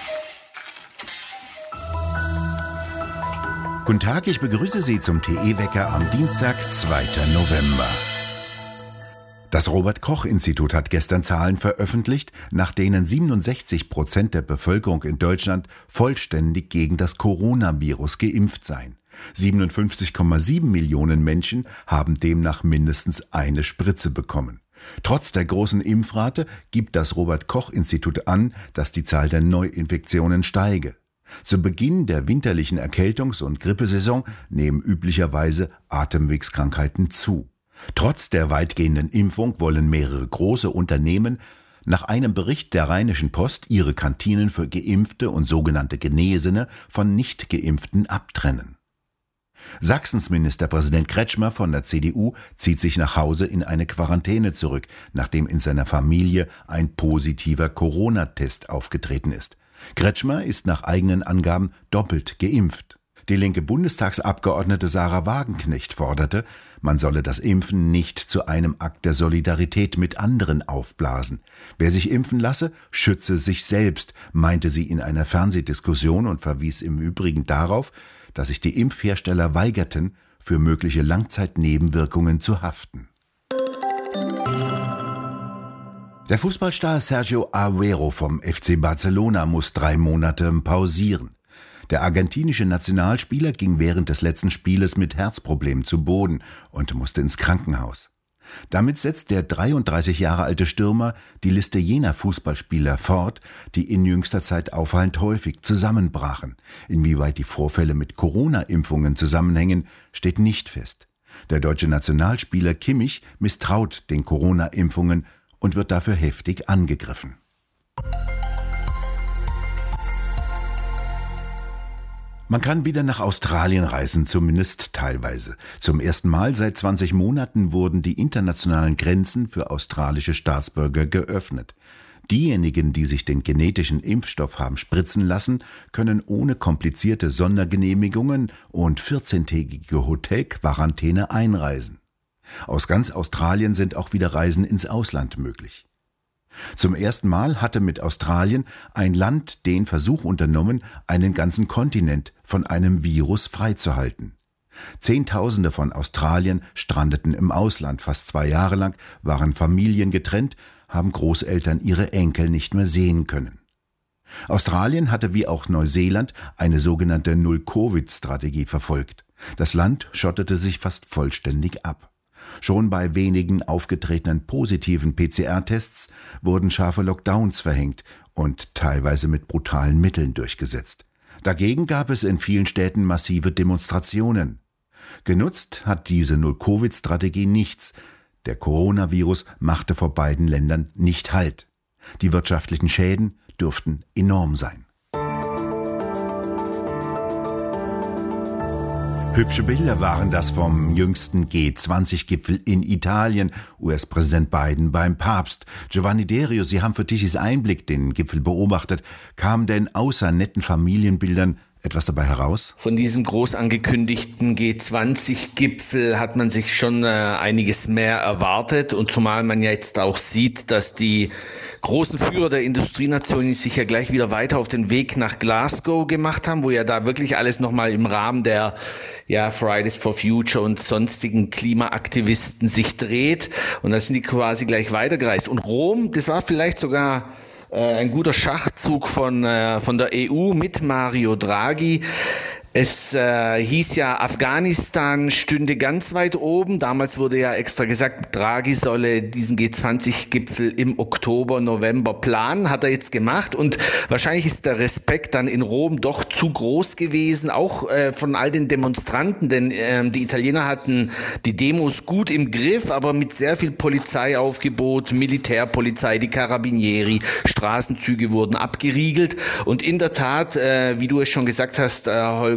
Guten Tag, ich begrüße Sie zum TE-Wecker am Dienstag, 2. November. Das Robert-Koch-Institut hat gestern Zahlen veröffentlicht, nach denen 67% der Bevölkerung in Deutschland vollständig gegen das Coronavirus geimpft seien. 57,7 Millionen Menschen haben demnach mindestens eine Spritze bekommen. Trotz der großen Impfrate gibt das Robert-Koch-Institut an, dass die Zahl der Neuinfektionen steige. Zu Beginn der winterlichen Erkältungs- und Grippesaison nehmen üblicherweise Atemwegskrankheiten zu. Trotz der weitgehenden Impfung wollen mehrere große Unternehmen nach einem Bericht der Rheinischen Post ihre Kantinen für Geimpfte und sogenannte Genesene von Nicht-Geimpften abtrennen. Sachsens Ministerpräsident Kretschmer von der CDU zieht sich nach Hause in eine Quarantäne zurück, nachdem in seiner Familie ein positiver Corona-Test aufgetreten ist. Kretschmer ist nach eigenen Angaben doppelt geimpft. Die linke Bundestagsabgeordnete Sarah Wagenknecht forderte, man solle das Impfen nicht zu einem Akt der Solidarität mit anderen aufblasen. Wer sich impfen lasse, schütze sich selbst, meinte sie in einer Fernsehdiskussion und verwies im Übrigen darauf, dass sich die Impfhersteller weigerten, für mögliche Langzeitnebenwirkungen zu haften. Der Fußballstar Sergio Agüero vom FC Barcelona muss 3 Monate pausieren. Der argentinische Nationalspieler ging während des letzten Spieles mit Herzproblemen zu Boden und musste ins Krankenhaus. Damit setzt der 33 Jahre alte Stürmer die Liste jener Fußballspieler fort, die in jüngster Zeit auffallend häufig zusammenbrachen. Inwieweit die Vorfälle mit Corona-Impfungen zusammenhängen, steht nicht fest. Der deutsche Nationalspieler Kimmich misstraut den Corona-Impfungen und wird dafür heftig angegriffen. Man kann wieder nach Australien reisen, zumindest teilweise. Zum ersten Mal seit 20 Monaten wurden die internationalen Grenzen für australische Staatsbürger geöffnet. Diejenigen, die sich den genetischen Impfstoff haben spritzen lassen, können ohne komplizierte Sondergenehmigungen und 14-tägige Hotelquarantäne einreisen. Aus ganz Australien sind auch wieder Reisen ins Ausland möglich. Zum ersten Mal hatte mit Australien ein Land den Versuch unternommen, einen ganzen Kontinent von einem Virus freizuhalten. Zehntausende von Australiern strandeten im Ausland. Fast 2 Jahre lang waren Familien getrennt, haben Großeltern ihre Enkel nicht mehr sehen können. Australien hatte wie auch Neuseeland eine sogenannte Null-Covid-Strategie verfolgt. Das Land schottete sich fast vollständig ab. Schon bei wenigen aufgetretenen positiven PCR-Tests wurden scharfe Lockdowns verhängt und teilweise mit brutalen Mitteln durchgesetzt. Dagegen gab es in vielen Städten massive Demonstrationen. Genutzt hat diese Null-Covid-Strategie nichts. Der Coronavirus machte vor beiden Ländern nicht Halt. Die wirtschaftlichen Schäden dürften enorm sein. Hübsche Bilder waren das vom jüngsten G20-Gipfel in Italien, US-Präsident Biden beim Papst. Giovanni Derio, Sie haben für Tichys Einblick den Gipfel beobachtet. Kam denn außer netten Familienbildern etwas dabei heraus? Von diesem groß angekündigten G20-Gipfel hat man sich schon einiges mehr erwartet. Und zumal man ja jetzt auch sieht, dass die großen Führer der Industrienationen sich ja gleich wieder weiter auf den Weg nach Glasgow gemacht haben, wo ja da wirklich alles nochmal im Rahmen der Fridays for Future und sonstigen Klimaaktivisten sich dreht. Und da sind die quasi gleich weitergereist. Und Rom, das war vielleicht sogar ein guter Schachzug von der EU mit Mario Draghi. Es hieß ja, Afghanistan stünde ganz weit oben. Damals wurde ja extra gesagt, Draghi solle diesen G20-Gipfel im Oktober, November planen. Hat er jetzt gemacht. Und wahrscheinlich ist der Respekt dann in Rom doch zu groß gewesen, auch von all den Demonstranten. Denn die Italiener hatten die Demos gut im Griff, aber mit sehr viel Polizeiaufgebot, Militärpolizei, die Carabinieri, Straßenzüge wurden abgeriegelt. Und in der Tat, wie du es schon gesagt hast, Holger,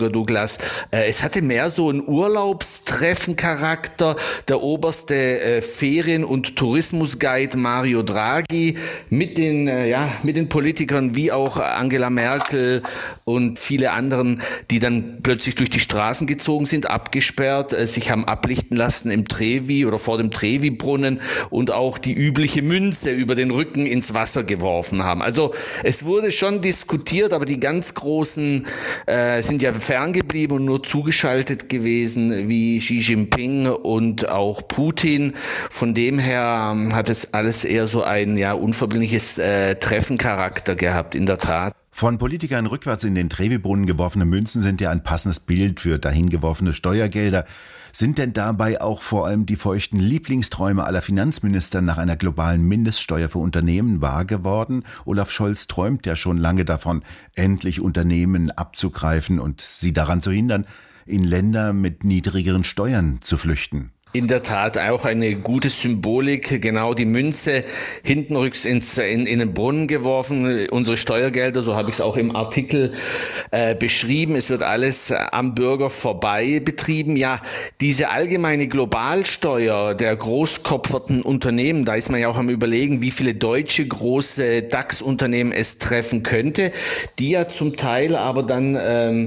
Hamburger, Douglas. Es hatte mehr so einen Urlaubstreffencharakter. Der oberste Ferien- und Tourismusguide Mario Draghi mit den Politikern wie auch Angela Merkel und viele anderen, die dann plötzlich durch die Straßen gezogen sind, abgesperrt, sich haben ablichten lassen im Trevi oder vor dem Trevi-Brunnen und auch die übliche Münze über den Rücken ins Wasser geworfen haben. Also es wurde schon diskutiert, aber die ganz Großen sind ja ferngeblieben und nur zugeschaltet gewesen, wie Xi Jinping und auch Putin. Von dem her hat es alles eher so ein unverbindliches Treffencharakter gehabt, in der Tat. Von Politikern rückwärts in den Trevi-Brunnen geworfene Münzen sind ja ein passendes Bild für dahingeworfene Steuergelder. Sind denn dabei auch vor allem die feuchten Lieblingsträume aller Finanzminister nach einer globalen Mindeststeuer für Unternehmen wahr geworden? Olaf Scholz träumt ja schon lange davon, endlich Unternehmen abzugreifen und sie daran zu hindern, in Länder mit niedrigeren Steuern zu flüchten. In der Tat auch eine gute Symbolik, genau die Münze hintenrücks in den Brunnen geworfen, unsere Steuergelder, so habe ich es auch im Artikel beschrieben, es wird alles am Bürger vorbei betrieben. Ja, diese allgemeine Globalsteuer der großkopferten Unternehmen, da ist man ja auch am Überlegen, wie viele deutsche große DAX-Unternehmen es treffen könnte, die ja zum Teil aber dann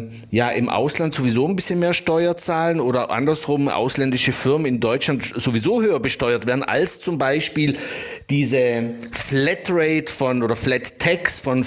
im Ausland sowieso ein bisschen mehr Steuer zahlen oder andersrum ausländische Firmen in Deutschland sowieso höher besteuert werden als zum Beispiel diese Flatrate Flat Tax von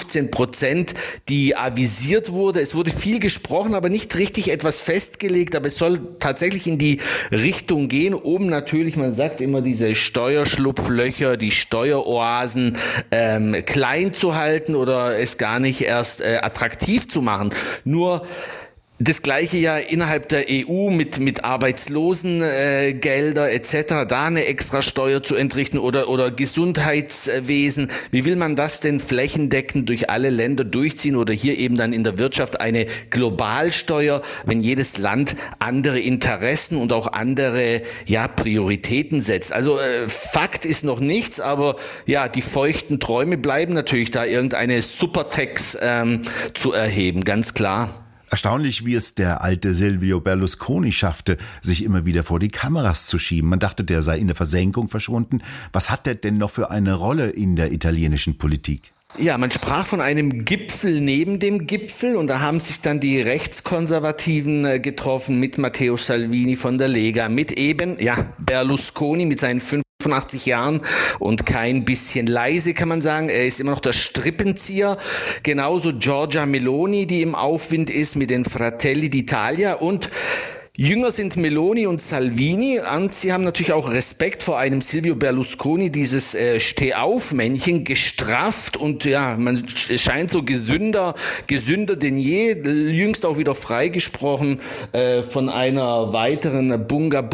15%, die avisiert wurde. Es wurde viel gesprochen, aber nicht richtig etwas festgelegt, aber es soll tatsächlich in die Richtung gehen, um natürlich, man sagt immer, diese Steuerschlupflöcher, die Steueroasen klein zu halten oder es gar nicht erst attraktiv zu machen. Nur das gleiche ja innerhalb der EU mit Arbeitslosengelder etc., da eine extra Steuer zu entrichten oder Gesundheitswesen. Wie will man das denn flächendeckend durch alle Länder durchziehen oder hier eben dann in der Wirtschaft eine Globalsteuer, wenn jedes Land andere Interessen und auch andere Prioritäten setzt? Also Fakt ist noch nichts, aber ja, die feuchten Träume bleiben natürlich, da irgendeine Supertax zu erheben, ganz klar. Erstaunlich, wie es der alte Silvio Berlusconi schaffte, sich immer wieder vor die Kameras zu schieben. Man dachte, der sei in der Versenkung verschwunden. Was hat der denn noch für eine Rolle in der italienischen Politik? Ja, man sprach von einem Gipfel neben dem Gipfel und da haben sich dann die Rechtskonservativen getroffen mit Matteo Salvini von der Lega, mit eben Berlusconi mit seinen 85 Jahren und kein bisschen leise, kann man sagen. Er ist immer noch der Strippenzieher. Genauso Giorgia Meloni, die im Aufwind ist mit den Fratelli d'Italia und jünger sind Meloni und Salvini und sie haben natürlich auch Respekt vor einem Silvio Berlusconi, dieses Stehauf-Männchen, gestrafft und man scheint so gesünder denn je, jüngst auch wieder freigesprochen von einer weiteren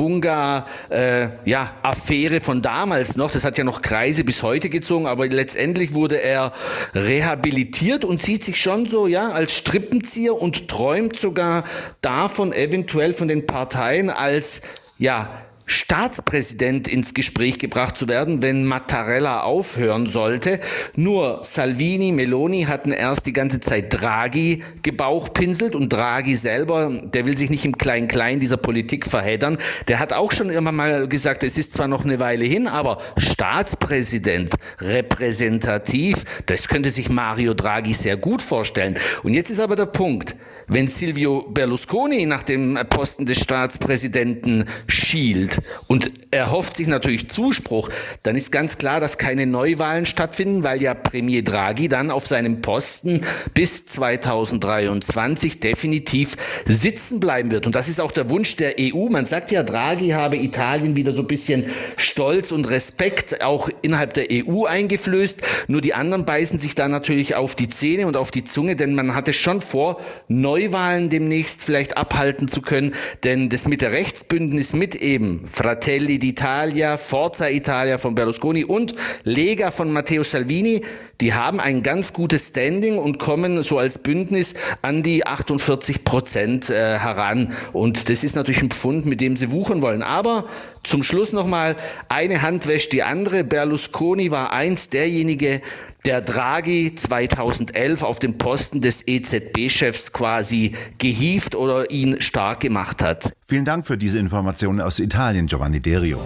Bunga-Affäre von damals noch. Das hat ja noch Kreise bis heute gezogen, aber letztendlich wurde er rehabilitiert und sieht sich schon so als Strippenzieher und träumt sogar davon, eventuell von den Parteien als Staatspräsident ins Gespräch gebracht zu werden, wenn Mattarella aufhören sollte. Nur Salvini, Meloni hatten erst die ganze Zeit Draghi gebauchpinselt und Draghi selber, der will sich nicht im Klein-Klein dieser Politik verheddern. Der hat auch schon immer mal gesagt, es ist zwar noch eine Weile hin, aber Staatspräsident, repräsentativ, das könnte sich Mario Draghi sehr gut vorstellen. Und jetzt ist aber der Punkt, wenn Silvio Berlusconi nach dem Posten des Staatspräsidenten schielt und er hofft sich natürlich Zuspruch, dann ist ganz klar, dass keine Neuwahlen stattfinden, weil ja Premier Draghi dann auf seinem Posten bis 2023 definitiv sitzen bleiben wird. Und das ist auch der Wunsch der EU. Man sagt ja, Draghi habe Italien wieder so ein bisschen Stolz und Respekt auch innerhalb der EU eingeflößt. Nur die anderen beißen sich da natürlich auf die Zähne und auf die Zunge, denn man hatte schon vor, Neuwahlen demnächst vielleicht abhalten zu können, denn das Mitte-Rechts-Bündnis mit eben Fratelli d'Italia, Forza Italia von Berlusconi und Lega von Matteo Salvini, die haben ein ganz gutes Standing und kommen so als Bündnis an die 48% heran. Und das ist natürlich ein Pfund, mit dem sie wuchern wollen. Aber zum Schluss nochmal, eine Hand wäscht die andere. Berlusconi war einst derjenige, der Draghi 2011 auf den Posten des EZB-Chefs quasi gehievt oder ihn stark gemacht hat. Vielen Dank für diese Informationen aus Italien, Giovanni Derio.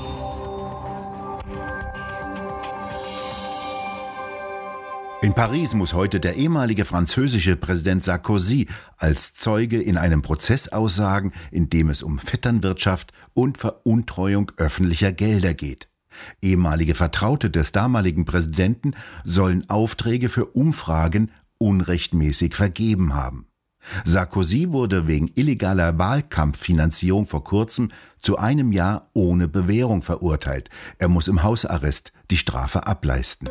In Paris muss heute der ehemalige französische Präsident Sarkozy als Zeuge in einem Prozess aussagen, in dem es um Vetternwirtschaft und Veruntreuung öffentlicher Gelder geht. Ehemalige Vertraute des damaligen Präsidenten sollen Aufträge für Umfragen unrechtmäßig vergeben haben. Sarkozy wurde wegen illegaler Wahlkampffinanzierung vor kurzem zu 1 Jahr ohne Bewährung verurteilt. Er muss im Hausarrest die Strafe ableisten.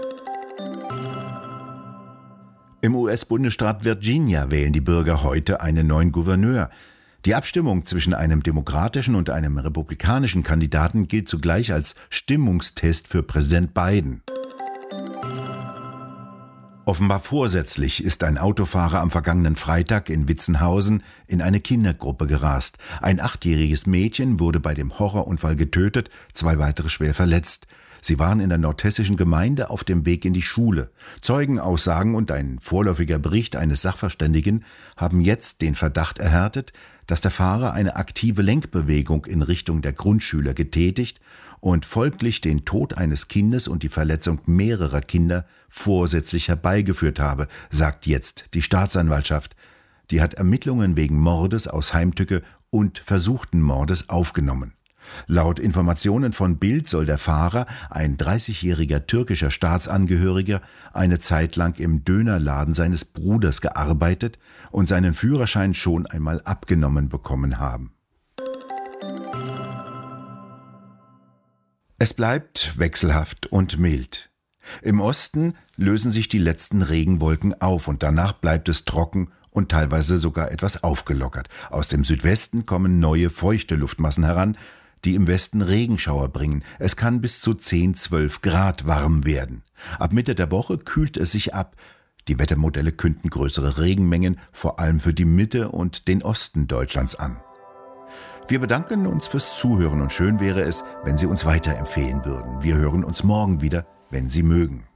Im US-Bundesstaat Virginia wählen die Bürger heute einen neuen Gouverneur. Die Abstimmung zwischen einem demokratischen und einem republikanischen Kandidaten gilt zugleich als Stimmungstest für Präsident Biden. Offenbar vorsätzlich ist ein Autofahrer am vergangenen Freitag in Witzenhausen in eine Kindergruppe gerast. Ein 8-jähriges Mädchen wurde bei dem Horrorunfall getötet, 2 weitere schwer verletzt. Sie waren in der nordhessischen Gemeinde auf dem Weg in die Schule. Zeugenaussagen und ein vorläufiger Bericht eines Sachverständigen haben jetzt den Verdacht erhärtet, dass der Fahrer eine aktive Lenkbewegung in Richtung der Grundschüler getätigt und folglich den Tod eines Kindes und die Verletzung mehrerer Kinder vorsätzlich herbeigeführt habe, sagt jetzt die Staatsanwaltschaft. Die hat Ermittlungen wegen Mordes aus Heimtücke und versuchten Mordes aufgenommen. Laut Informationen von Bild soll der Fahrer, ein 30-jähriger türkischer Staatsangehöriger, eine Zeit lang im Dönerladen seines Bruders gearbeitet und seinen Führerschein schon einmal abgenommen bekommen haben. Es bleibt wechselhaft und mild. Im Osten lösen sich die letzten Regenwolken auf und danach bleibt es trocken und teilweise sogar etwas aufgelockert. Aus dem Südwesten kommen neue feuchte Luftmassen heran, die im Westen Regenschauer bringen. Es kann bis zu 10-12 Grad warm werden. Ab Mitte der Woche kühlt es sich ab. Die Wettermodelle künden größere Regenmengen, vor allem für die Mitte und den Osten Deutschlands an. Wir bedanken uns fürs Zuhören und schön wäre es, wenn Sie uns weiterempfehlen würden. Wir hören uns morgen wieder, wenn Sie mögen.